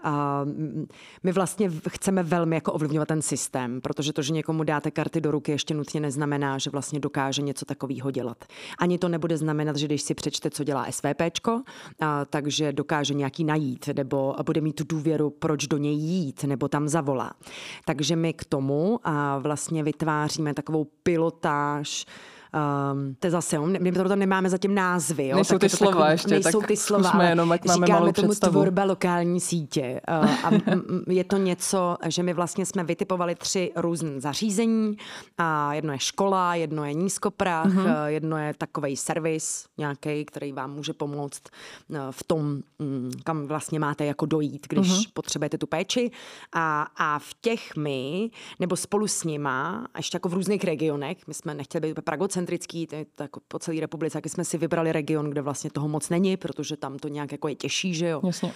B: my vlastně chceme velmi jako ovlivňovat ten systém, protože to, že někomu dáte karty do ruky, ještě nutně neznamená, že vlastně dokáže něco takového dělat. Ani to nebude znamenat, že když si přečte, co dělá SVPčko, takže dokáže nějaký najít, nebo bude mít tu důvěru, proč do něj jít, nebo tam zavolá. Takže my k tomu vlastně vytváříme takovou pilotáž. To je zase, my to tam nemáme zatím názvy. Jo?
A: Nejsou ty slova ještě,
B: nejsou
A: tak
B: ty slova,
A: zkusme jenom, ať máme
B: říkáme
A: malou
B: tomu
A: představu.
B: tvorba lokální sítě. A je to něco, že my vlastně jsme vytipovali 3 různé zařízení. A jedno je škola, jedno je nízkoprah, jedno je takovej servis nějaký, který vám může pomoct v tom, kam vlastně máte jako dojít, když potřebujete tu péči. A v těch my, nebo spolu s nima, ještě jako v různých regionech, my jsme nechtěli být pragocentrický, tak po celé republice, taky jsme si vybrali region, kde vlastně toho moc není, protože tam to nějak jako je těžší, že jo.
A: Jasně.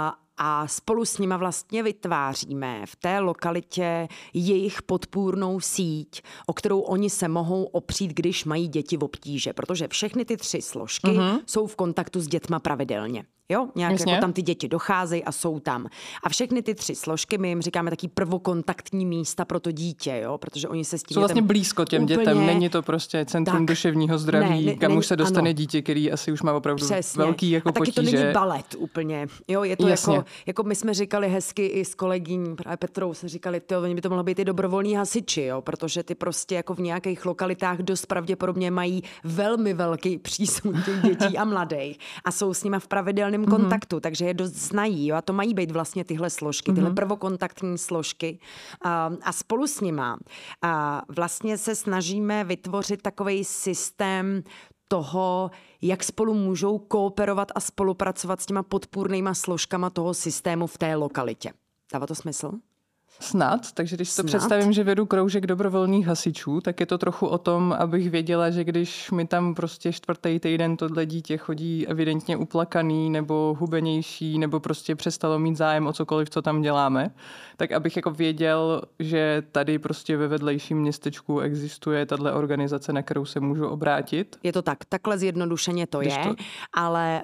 B: A spolu s nima vlastně vytváříme v té lokalitě jejich podpůrnou síť, o kterou oni se mohou opřít, když mají děti v obtíže, protože všechny ty 3 složky jsou v kontaktu s dětma pravidelně. Jo, nějak jako tam ty děti docházejí a jsou tam. A všechny ty 3 složky, my jim říkáme taky prvokontaktní místa pro to dítě, jo, protože oni se s tím
A: jsou vlastně blízko těm dětem, není to prostě centrum duševního zdraví, kam už se dostane dítě, který asi už má opravdu velký jako
B: a taky
A: potíže.
B: to není balet úplně. Jo, je to jako jako my jsme říkali hezky i s kolegyní, právě Petrou se říkali, oni by to mohlo být i dobrovolní hasiči, jo, protože ty prostě jako v nějakých lokalitách dost pravděpodobně mají velmi velký přísun těch dětí a mladých a jsou s nima v pravidelném kontaktu, takže je dost znají, jo, a to mají být vlastně tyhle složky, tyhle prvokontaktní složky a spolu s nima vlastně se snažíme vytvořit takovej systém toho, jak spolu můžou kooperovat a spolupracovat s těma podpůrnýma složkama toho systému v té lokalitě. Dává to smysl?
A: Snad, takže když to představím, že vedu kroužek dobrovolných hasičů, tak je to trochu o tom, abych věděla, že když mi tam prostě 4. týden tohle dítě chodí evidentně uplakaný nebo hubenější nebo prostě přestalo mít zájem o cokoliv, co tam děláme, tak abych jako věděl, že tady prostě ve vedlejším městečku existuje tahle organizace, na kterou se můžu obrátit.
B: Je to tak, takhle zjednodušeně to je, ale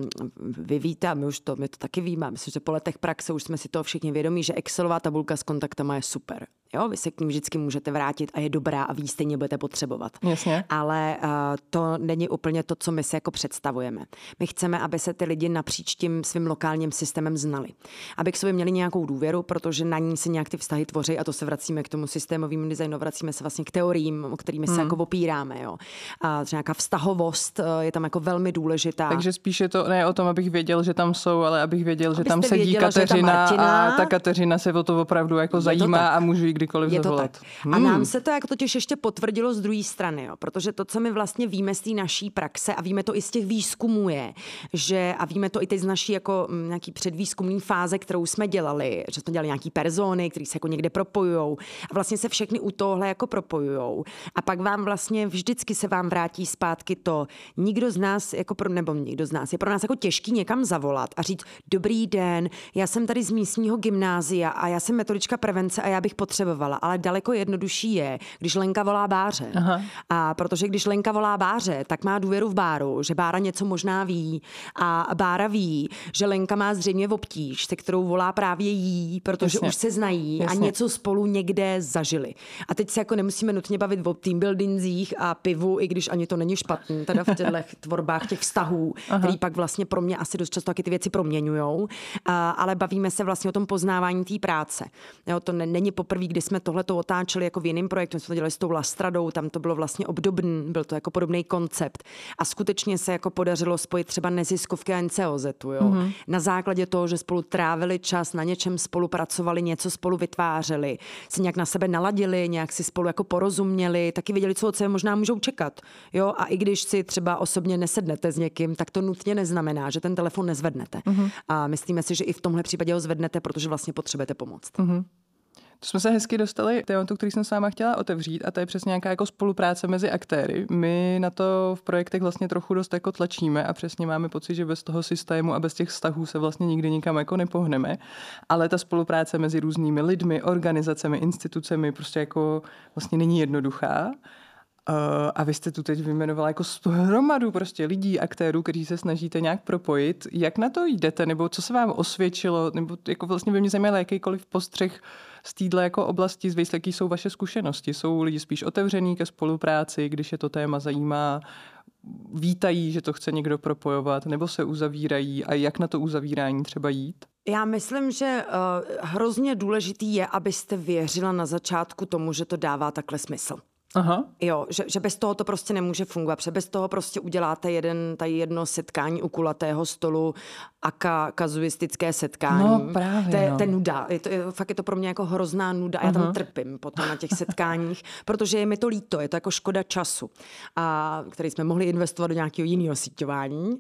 B: vy víte, my to taky víme, myslím, že po letech praxe už jsme si toho všichni vědomí, že Excelová tabulka s kontaktama je super. Jo, vy se k ním vždycky můžete vrátit a je dobrá a vy stejně budete potřebovat.
A: Jasně.
B: Ale to není úplně to, co my si jako představujeme. My chceme, aby se ty lidi napříč tím svým lokálním systémem znali. Aby k sobě měli nějakou důvěru, protože na ní se nějak ty vztahy tvoří a to se vracíme k tomu systémovému designu, vracíme se vlastně k teoriím, o kterými se jako opíráme. Jo. A nějaká vztahovost je tam jako velmi důležitá.
A: Takže spíše to ne o tom, abych věděl, že tam jsou, ale abych věděl, že tam sedí Kateřina a ta Kateřina se o to opravdu jako zajímá a můžu jí kdykoliv zavolat.
B: A nám se to jako totiž ještě potvrdilo z druhé strany, jo, protože to, co my vlastně víme z té naší praxe a víme to i z těch výzkumů je, že a víme to i teď z naší jako nějaký předvýzkumní fáze, kterou jsme dělali, že jsme dělali nějaký persony, které se jako někde propojujou a vlastně se všechny u tohle jako propojujou. A pak vám vlastně vždycky se vám vrátí zpátky to, nikdo z nás jako nikdo z nás je pro nás jako těžký někam zavolat a říct dobrý den, já jsem tady z místního gymnázia a já jsem metodička prevence a já bych potřebovala, ale daleko jednodušší je, když Lenka volá Báře. Aha. A protože když Lenka volá Báře, tak má důvěru v Báru, že Bára něco možná ví a Bára ví, že Lenka má zřejmě obtíž, se kterou volá právě jí, protože už se znají a něco spolu někde zažili. A teď se jako nemusíme nutně bavit o team buildingzích a pivu, i když ani to není špatný, teda v těchto tvorbách těch vztahů, který pak vlastně pro mě asi dost často taky ty věci proměňujou, ale bavíme se vlastně o tom poznávání té práce. Jo, to není poprvé, kdy jsme tohleto otáčeli jako v jiném projektu, jsme to dělali s tou Lastradou, tam to bylo vlastně obdobný, byl to jako podobný koncept. A skutečně se jako podařilo spojit třeba neziskovky a NCOZ, jo. Na základě toho, že spolu trávili čas, na něčem spolupracovali, něco spolu vytvářeli, se nějak na sebe naladili, nějak si spolu jako porozuměli, taky věděli, co od sebe možná můžou čekat. Jo, a i když si třeba osobně nesednete s někým, tak to nutně neznamená, že ten telefon nezvednete. A myslíme si, že i v tomhle případě ho zvednete, protože vlastně potřebujete pomoct.
A: To jsme se hezky dostali k tématu, který jsem s váma chtěla otevřít, a to je přesně nějaká jako spolupráce mezi aktéry. My na to v projektech vlastně trochu dost jako tlačíme a přesně máme pocit, že bez toho systému a bez těch vztahů se vlastně nikdy nikam jako nepohneme, ale ta spolupráce mezi různými lidmi, organizacemi, institucemi prostě jako vlastně není jednoduchá. A vy jste tu teď vyjmenovala jako hromadu prostě lidí, aktérů, kteří se snažíte nějak propojit. Jak na to jdete, nebo co se vám osvědčilo, nebo jako vlastně by mě zajímalo jakýkoliv postřeh z téhle jako oblasti, z jaký jsou vaše zkušenosti? Jsou lidi spíš otevřený ke spolupráci, když je to téma zajímá, vítají, že to chce někdo propojovat, nebo se uzavírají a jak na to uzavírání třeba jít?
B: Já myslím, že hrozně důležitý je, abyste věřila na začátku tomu, že to dává takhle smysl.
A: Aha.
B: Jo, že bez toho to prostě nemůže fungovat, protože bez toho prostě uděláte jedno setkání u kulatého stolu a kazuistické setkání.
A: No právě.
B: To je nuda. Fakt je to pro mě jako hrozná nuda a já tam trpím potom na těch setkáních, protože je mi to líto, je to jako škoda času, který jsme mohli investovat do nějakého jiného síťování.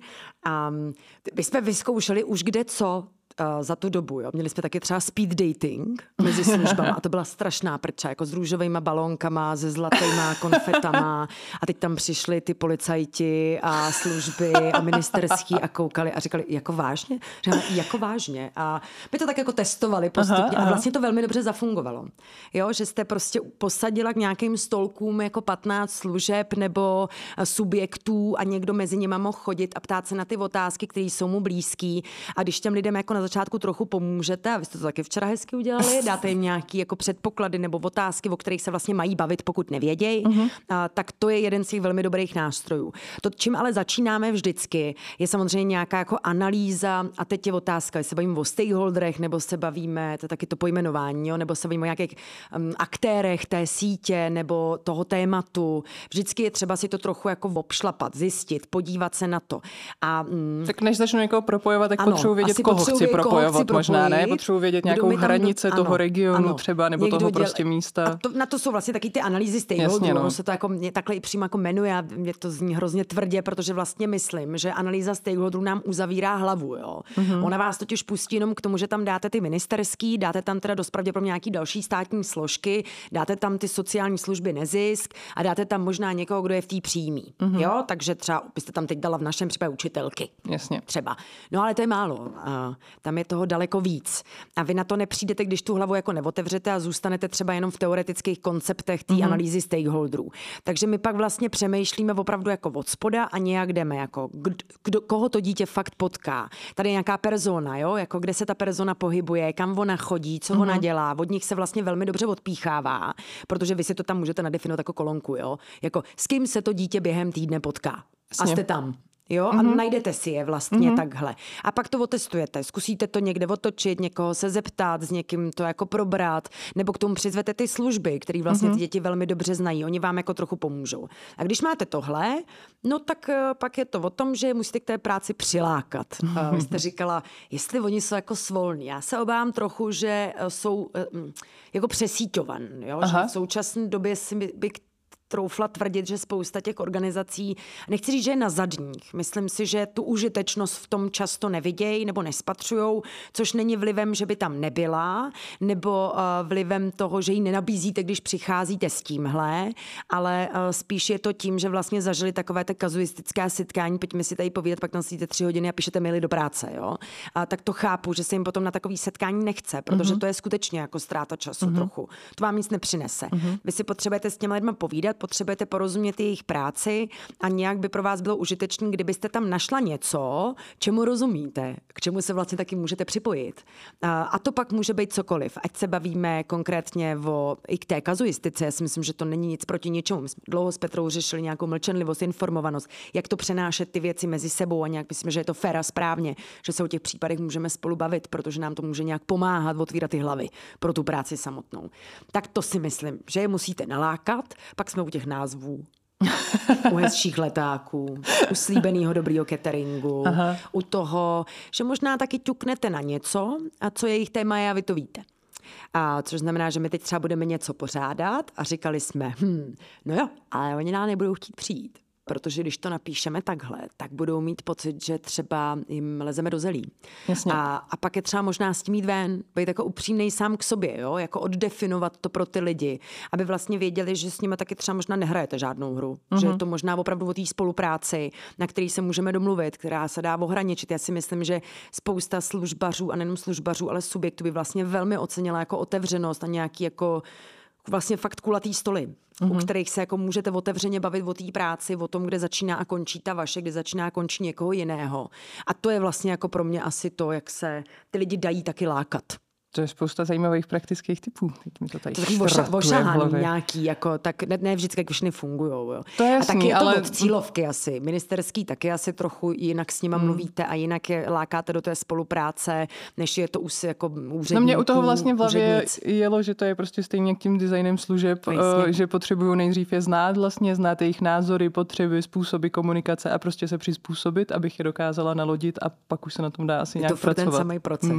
B: My jsme vyzkoušeli už kde co za tu dobu. Jo. Měli jsme taky třeba speed dating mezi službama a to byla strašná prča, jako s růžovejma balónkama, se zlatýma konfetama a teď tam přišli ty policajti a služby a ministerský a koukali a říkali, jako vážně? Říkali, jako vážně. A my to tak jako testovali postupně a vlastně to velmi dobře zafungovalo. Jo, že jste prostě posadila k nějakým stolkům jako 15 služeb nebo subjektů a někdo mezi nimi mohl chodit a ptát se na ty otázky, které jsou mu blízký a když těm lidem jako na začátku trochu pomůžete, a vy jste to taky včera hezky udělali, dáte jim nějaký jako předpoklady nebo otázky, o kterých se vlastně mají bavit, pokud nevědějí, tak to je jeden z těch velmi dobrých nástrojů. To, čím ale začínáme vždycky, je samozřejmě nějaká jako analýza, a teď je otázka, jestli se bavíme o stakeholderech, nebo se bavíme, to je taky to pojmenování, jo, nebo se bavíme o nějakých aktérech té sítě nebo toho tématu. Vždycky je třeba si to trochu jako obšlapat, zjistit, podívat se na to.
A: Tak než začnu někoho propojovat, tak potřebuji vědět, koho chci propojovat. Možná ne, potřebuji vědět nějakou hranice toho regionu třeba, nebo toho prostě místa.
B: A na to jsou vlastně taky ty analýzy stakeholderů. Ono se to jako takhle i přímo jako jmenuje a mě to zní hrozně tvrdě, protože vlastně myslím, že analýza stakeholderů nám uzavírá hlavu. Jo. Ona vás totiž pustí jenom k tomu, že tam dáte ty ministerský, dáte tam teda dost pravděpodobně nějaký další státní složky, dáte tam ty sociální služby nezisk a dáte tam možná někoho, kdo je v té přímý. Jo, takže třeba byste tam teď dala v našem případě učitelky.
A: Jasně.
B: Třeba. No ale to je málo. Tam je toho daleko víc. A vy na to nepřijdete, když tu hlavu jako neotevřete a zůstanete třeba jenom v teoretických konceptech té analýzy stakeholderů. Takže my pak vlastně přemýšlíme opravdu jako od spoda a nějak jdeme jako koho to dítě fakt potká. Tady je nějaká persona, jo, jako kde se ta persona pohybuje, kam ona chodí, co ona dělá. Od nich se vlastně velmi dobře odpíchává, protože vy si to tam můžete nadefinovat jako kolonku, jo. Jako s kým se to dítě během týdne potká. A jste tam. Jo, a najdete si je vlastně takhle. A pak to otestujete, zkusíte to někde otočit, někoho se zeptat, s někým to jako probrat, nebo k tomu přizvete ty služby, které vlastně ty děti velmi dobře znají, oni vám jako trochu pomůžou. A když máte tohle, no tak pak je to o tom, že musíte k té práci přilákat. Vy jste říkala, jestli oni jsou jako svolní. Já se obávám trochu, že jsou jako přesíťovan, jo? Že v současné době by troufla tvrdit, že spousta těch organizací, nechci říct, že je na zadních. Myslím si, že tu užitečnost v tom často nevidějí nebo nespatřujou, což není vlivem, že by tam nebyla, nebo vlivem toho, že ji nenabízíte, když přicházíte s tímhle, ale spíš je to tím, že vlastně zažili takové ty kazuistické setkání, pojďme si tady povídat, pak tam sedíte 3 hodiny a píšete maily do práce, jo. A tak to chápu, že se jim potom na takový setkání nechce, protože to je skutečně jako ztráta času trochu. To vám nic nepřinese. Vy si potřebujete s těmi lidmi povídat, potřebujete porozumět jejich práci a nějak by pro vás bylo užitečné, kdybyste tam našla něco, čemu rozumíte, k čemu se vlastně taky můžete připojit. A to pak může být cokoliv. Ať se bavíme konkrétně i k té kazuistice, já si myslím, že to není nic proti ničemu. My jsme dlouho s Petrou řešili nějakou mlčenlivost, informovanost, jak to přenášet ty věci mezi sebou a nějak myslím, že je to fér a správně, že se o těch případech můžeme spolu bavit, protože nám to může nějak pomáhat otvírat ty hlavy pro tu práci samotnou. Tak to si myslím, že je musíte nalákat, pak jsme u těch názvů, u hezčích letáků, u slíbenýho dobrýho cateringu, u toho, že možná taky ťuknete na něco, a co jejich téma je a vy to víte. A což znamená, že my teď třeba budeme něco pořádat a říkali jsme, no jo, ale oni nám nebudou chtít přijít. Protože když to napíšeme takhle, tak budou mít pocit, že třeba jim lezeme do zelí.
A: Jasně.
B: A pak je třeba možná s tím jít ven, být jako upřímnej sám k sobě, jo? Jako oddefinovat to pro ty lidi, aby vlastně věděli, že s nimi taky třeba možná nehrajete žádnou hru. Že je to možná opravdu o té spolupráci, na který se můžeme domluvit, která se dá ohraničit. Já si myslím, že spousta službařů, a nejenom službařů, ale subjektů by vlastně velmi ocenila jako otevřenost a nějaký jako vlastně fakt kulatý stoly, u kterých se jako můžete otevřeně bavit o té práci, o tom, kde začíná a končí ta vaše, kde začíná a končí někoho jiného. A to je vlastně jako pro mě asi to, jak se ty lidi dají taky lákat.
A: To je spousta zajímavých praktických typů. Teď mi to tady
B: ošahaný nějaký, jako, tak ne vždycky jak všechny fungujou. Jo.
A: To je jasný,
B: a taky je to
A: ale
B: od cílovky asi. Ministerský taky asi trochu jinak s nima mluvíte a jinak je lákáte do té spolupráce, než je to už jako úředníků. No
A: mě u toho vlastně v hlavě jelo, že to je prostě stejně jak tím designem služeb, že potřebuju nejdřív je znát, vlastně znát jejich názory, potřeby, způsoby komunikace a prostě se přizpůsobit, abych je dokázala nalodit a pak už se na tom dá asi nějak pracovat.
B: Je to ten samý proces.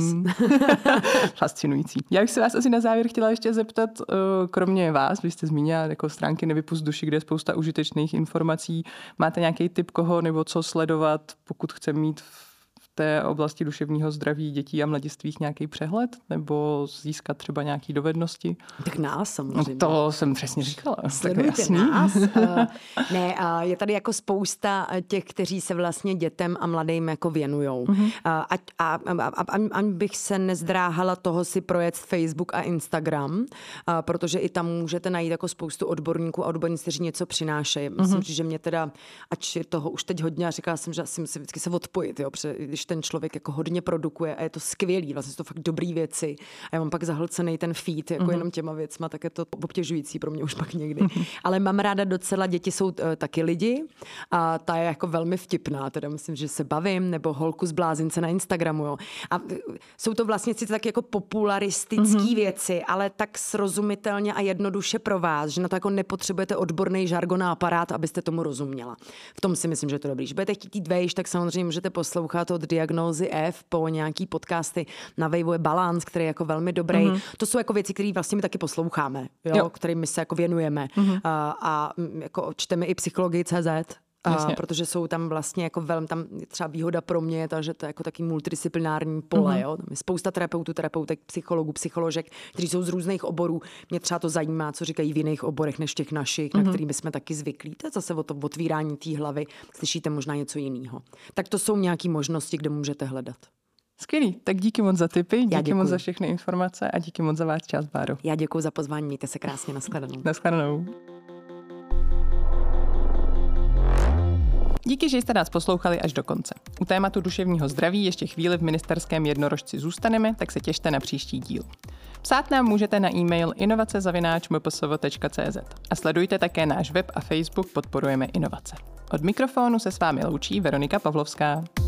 A: Fascinující. Já bych se vás asi na závěr chtěla ještě zeptat, kromě vás, vy jste zmínila jako stránky Nevypust duši, kde je spousta užitečných informací. Máte nějaký tip, koho nebo co sledovat, pokud chce mít v té oblasti duševního zdraví dětí a mladistvých nějaký přehled nebo získat třeba nějaké dovednosti?
B: Tak nás samozřejmě.
A: No to jsem přesně říkala.
B: Sledujte nás. Je tady jako spousta těch, kteří se vlastně dětem a mladým jako věnujou. A bych se nezdráhala toho si projet Facebook a Instagram, protože i tam můžete najít jako spoustu odborníků a odborníci, kteří něco přinášejí. Myslím, že mě teda, ač je toho už teď hodně, a říkala jsem, že asi musím vždycky se odpojit, jo, protože když ten člověk jako hodně produkuje a je to skvělý, vlastně jsou to fakt dobrý věci. A já mám pak zahlcený ten feed jako jenom těma věcma, tak je to obtěžující pro mě už pak někdy. Ale mám ráda docela, děti jsou taky lidi a ta je jako velmi vtipná, teda myslím, že se bavím, nebo holku z blázince na Instagramu, jo. A jsou to vlastně sice tak jako popularistický věci, ale tak srozumitelně a jednoduše pro vás, že na to jako nepotřebujete odborný žargon a aparát, abyste tomu rozuměla. V tom si myslím, že je to dobrý. Když budete chtít jít vejš, tak samozřejmě můžete poslouchat od Diagnózy F po nějaký podcasty na Waveu je Balance, který je jako velmi dobrý. To jsou jako věci, které vlastně my taky posloucháme, jo? Kterým se jako věnujeme. A jako čteme i psychologii.cz, protože jsou tam vlastně jako velmi, tam třeba výhoda pro mě je ta, že to je jako taky multidisciplinární pole, jo. Tam je spousta terapeutek, psychologů, psycholožek, kteří jsou z různých oborů. Mě třeba to zajímá, co říkají v jiných oborech než těch našich, na kterými jsme taky zvyklí. To je zase o to otvírání té hlavy, slyšíte možná něco jiného. Tak to jsou nějaké možnosti, kde můžete hledat.
A: Skvělý, tak díky moc za tipy, díky moc za všechny informace a díky moc za váš čas, Báro.
B: Já děkuji za pozvání, mějte se krásně, nashledanou.
A: Nashledanou. Díky, že jste nás poslouchali až do konce. U tématu duševního zdraví ještě chvíli v ministerském jednorožci zůstaneme, tak se těšte na příští díl. Psát nám můžete na e-mail inovace@mpsv.cz a sledujte také náš web a Facebook Podporujeme inovace. Od mikrofonu se s vámi loučí Veronika Pavlovská.